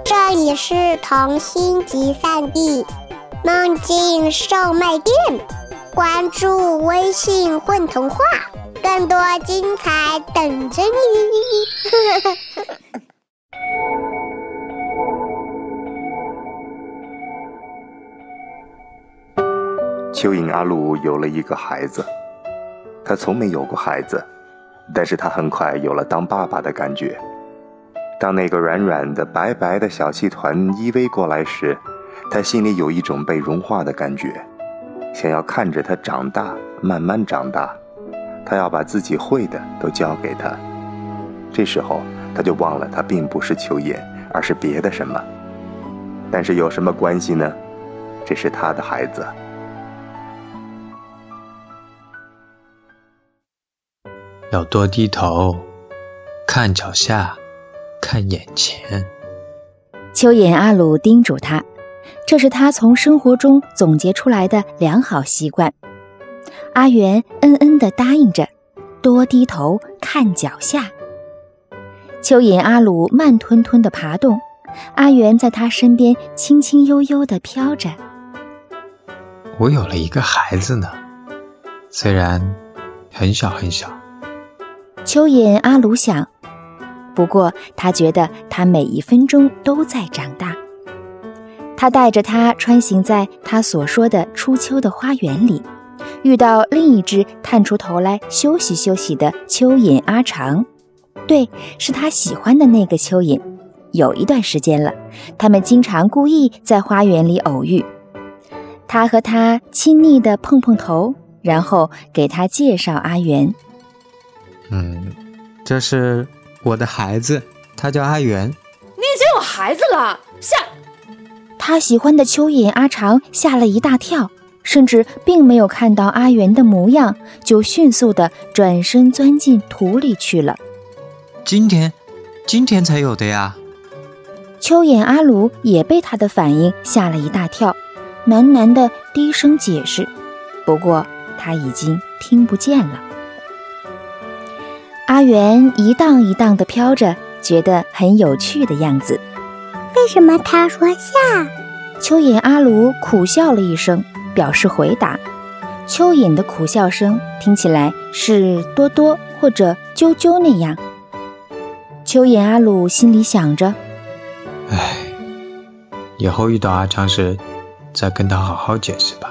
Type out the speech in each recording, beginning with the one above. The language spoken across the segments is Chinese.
这里是童心集散地梦境售卖店，关注微信混童话，更多精彩等着你。 蚯蚓阿鲁有了一个孩子，他从没有过孩子，但是他很快有了当爸爸的感觉。当那个软软的白白的小气团依偎过来时，他心里有一种被融化的感觉，想要看着他长大，慢慢长大。他要把自己会的都教给他。这时候他就忘了他并不是蚯蚓，而是别的什么。但是有什么关系呢？这是他的孩子。 要多低头，看脚下，看眼前。 蚯蚓阿鲁叮嘱他，这是他从生活中总结出来的良好习惯。阿元地答应着，多低头，看脚下。蚯蚓阿鲁慢吞吞地爬动，阿元在他身边轻轻悠悠地飘着。 我有了一个孩子呢，虽然很小很小。 蚯蚓阿鲁想，不过他觉得他每一分钟都在长大。他带着他穿行在他所说的初秋的花园里，遇到另一只探出头来休息休息的蚯蚓阿长。对，是他喜欢的那个蚯蚓。有一段时间了，他们经常故意在花园里偶遇。他和他亲昵地碰碰头，然后给他介绍阿元。 这是我的孩子，他叫阿元。 你已经有孩子了？ 他喜欢的蚯蚓阿长吓了一大跳，甚至并没有看到阿元的模样，就迅速地转身钻进土里去了。 今天才有的呀。 蚯蚓阿鲁也被他的反应吓了一大跳，喃喃地低声解释，不过他已经听不见了。阿元一荡一荡地飘着，觉得很有趣的样子。 为什么他说下？ 蚯蚓阿鲁苦笑了一声，表示回答。蚯蚓的苦笑声听起来是多多或者啾啾那样。蚯蚓阿鲁心里想着， 以后遇到阿长时再跟他好好解释吧。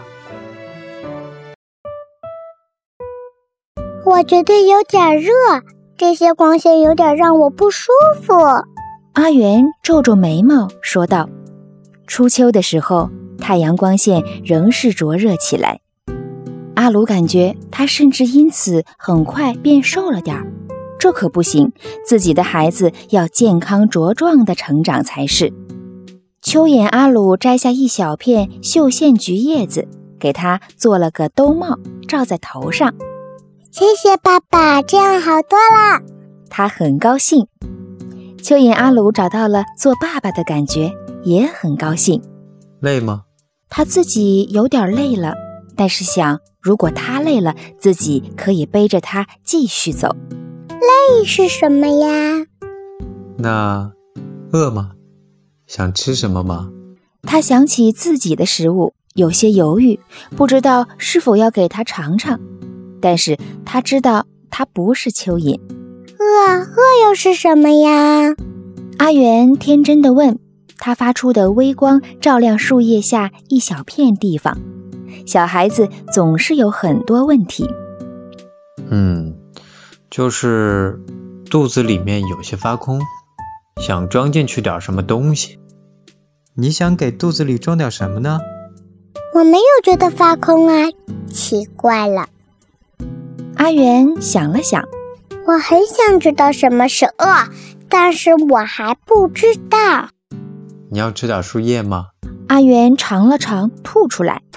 我觉得有点热，这些光线有点让我不舒服。 阿元皱皱眉毛说道。初秋的时候，太阳光线仍是灼热起来。阿鲁感觉他甚至因此很快变瘦了点儿。这可不行，自己的孩子要健康茁壮的成长才是。蚯蚓阿鲁摘下一小片绣线菊叶子，给他做了个兜帽，罩在头上。 谢谢爸爸，这样好多了。 他很高兴。蚯蚓阿鲁找到了做爸爸的感觉，也很高兴。 累吗？ 他自己有点累了，但是想，如果他累了，自己可以背着他继续走。 累是什么呀？ 那饿吗？想吃什么吗？ 他想起自己的食物，有些犹豫，不知道是否要给他尝尝。但是他知道他不是蚯蚓。 饿又是什么呀？ 阿元天真地问。他发出的微光照亮树叶下一小片地方。小孩子总是有很多问题。 就是肚子里面有些发空，想装进去点什么东西。你想给肚子里装点什么呢？ 我没有觉得发空啊，奇怪了。 阿元想了想， 我很想知道什么是饿，但是我还不知道。 你要吃点树叶吗？ 阿元尝了尝，吐出来。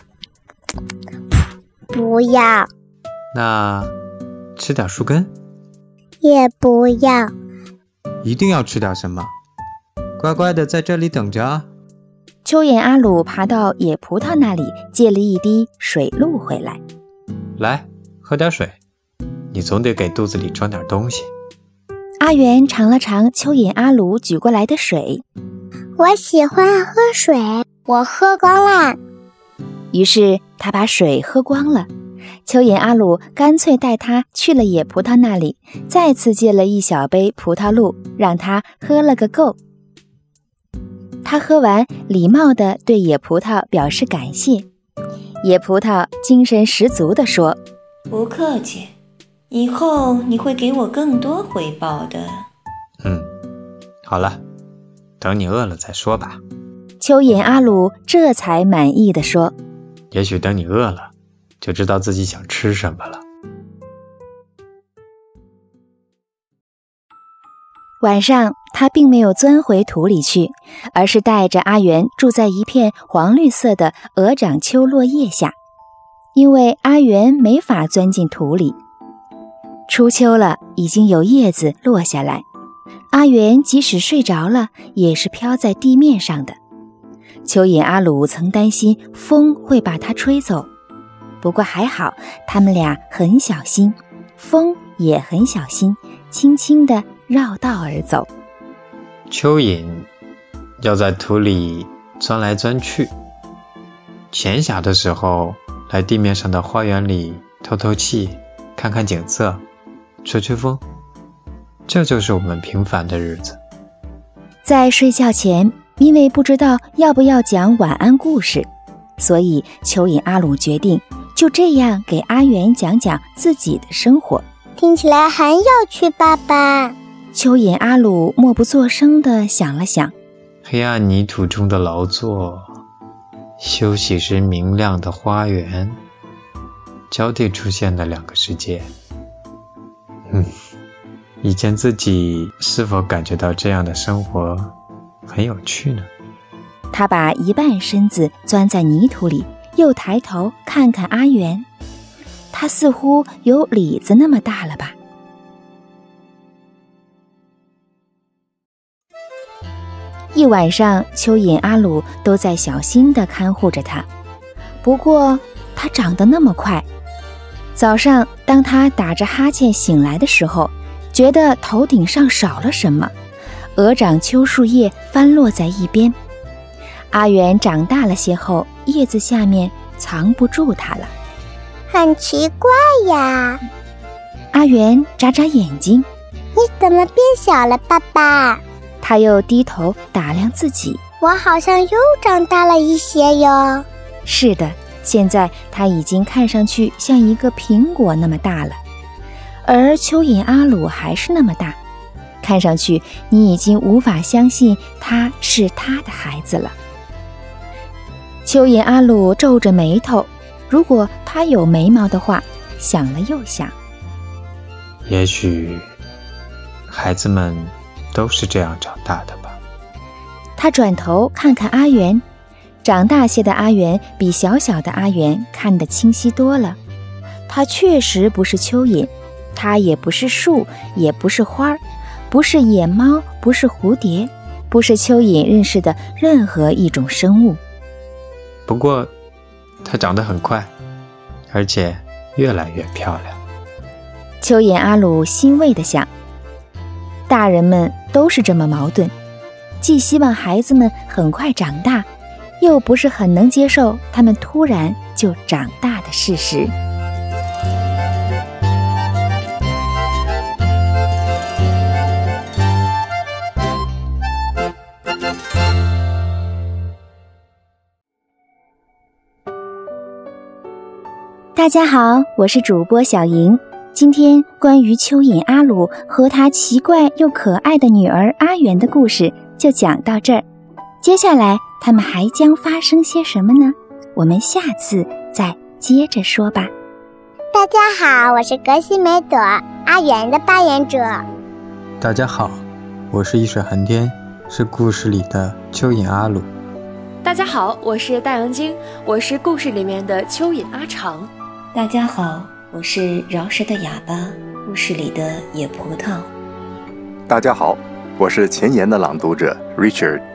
不要。 那吃点树根？ 也不要。 一定要吃点什么？乖乖的在这里等着啊。 蚯蚓阿鲁爬到野葡萄那里，借了一滴水露回来。 来，喝点水。你总得给肚子里装点东西。 阿元尝了尝蚯蚓阿鲁举过来的水。 我喜欢喝水，我喝光了。 于是他把水喝光了。蚯蚓阿鲁干脆带他去了野葡萄那里，再次借了一小杯葡萄露，让他喝了个够。他喝完，礼貌地对野葡萄表示感谢。野葡萄精神十足地说： 不客气，以后你会给我更多回报的。 好了，等你饿了再说吧。 蚯蚓阿鲁这才满意地说： 也许等你饿了，就知道自己想吃什么了。 晚上，他并没有钻回土里去，而是带着阿元住在一片黄绿色的鹅掌秋落叶下，因为阿元没法钻进土里。初秋了，已经有叶子落下来，阿元即使睡着了，也是飘在地面上的。蚯蚓阿鲁曾担心风会把它吹走，不过还好，他们俩很小心，风也很小心，轻轻地绕道而走。 蚯蚓要在土里钻来钻去，闲暇的时候来地面上的花园里透透气，看看景色，吹吹风，这就是我们平凡的日子。 在睡觉前，因为不知道要不要讲晚安故事，所以蚯蚓阿鲁决定就这样给阿元讲讲自己的生活。 听起来很有趣，爸爸。 蚯蚓阿鲁默不作声地想了想， 黑暗泥土中的劳作，休息时明亮的花园，交替出现的两个世界。以前自己是否感觉到这样的生活很有趣呢？ 他把一半身子钻在泥土里，又抬头看看阿元，他似乎有李子那么大了吧。一晚上，蚯蚓阿鲁都在小心地看护着他。不过他长得那么快，早上当他打着哈欠醒来的时候，觉得头顶上少了什么，鹅掌秋树叶翻落在一边。阿元长大了些后，叶子下面藏不住他了。 很奇怪呀。 阿元眨眨眼睛， 你怎么变小了，爸爸？ 他又低头打量自己， 我好像又长大了一些哟。 是的，现在他已经看上去像一个苹果那么大了，而蚯蚓阿鲁还是那么大，看上去你已经无法相信他是他的孩子了。蚯蚓阿鲁皱着眉头，如果他有眉毛的话，想了又想， 也许孩子们都是这样长大的吧。 他转头看看阿元，长大些的阿元比小小的阿元看得清晰多了。他确实不是蚯蚓，他也不是树，也不是花，不是野猫，不是蝴蝶，不是蚯蚓认识的任何一种生物。 不过它长得很快，而且越来越漂亮。 蚯蚓阿鲁欣慰地想，大人们都是这么矛盾，既希望孩子们很快长大，又不是很能接受他们突然就长大的事实。大家好，我是主播小莹。今天关于蚯蚓阿鲁和他奇怪又可爱的女儿阿元的故事就讲到这儿，接下来他们还将发生些什么呢？我们下次再接着说吧。 大家好，我是格西梅朵，阿元的扮演者。 大家好，我是一水寒天，是故事里的蚯蚓阿鲁。 大家好，我是大杨晶，我是故事里面的蚯蚓阿长。 大家好，我是饶舌的哑巴，故事里的野葡萄。 大家好，我是前言的朗读者 Richard。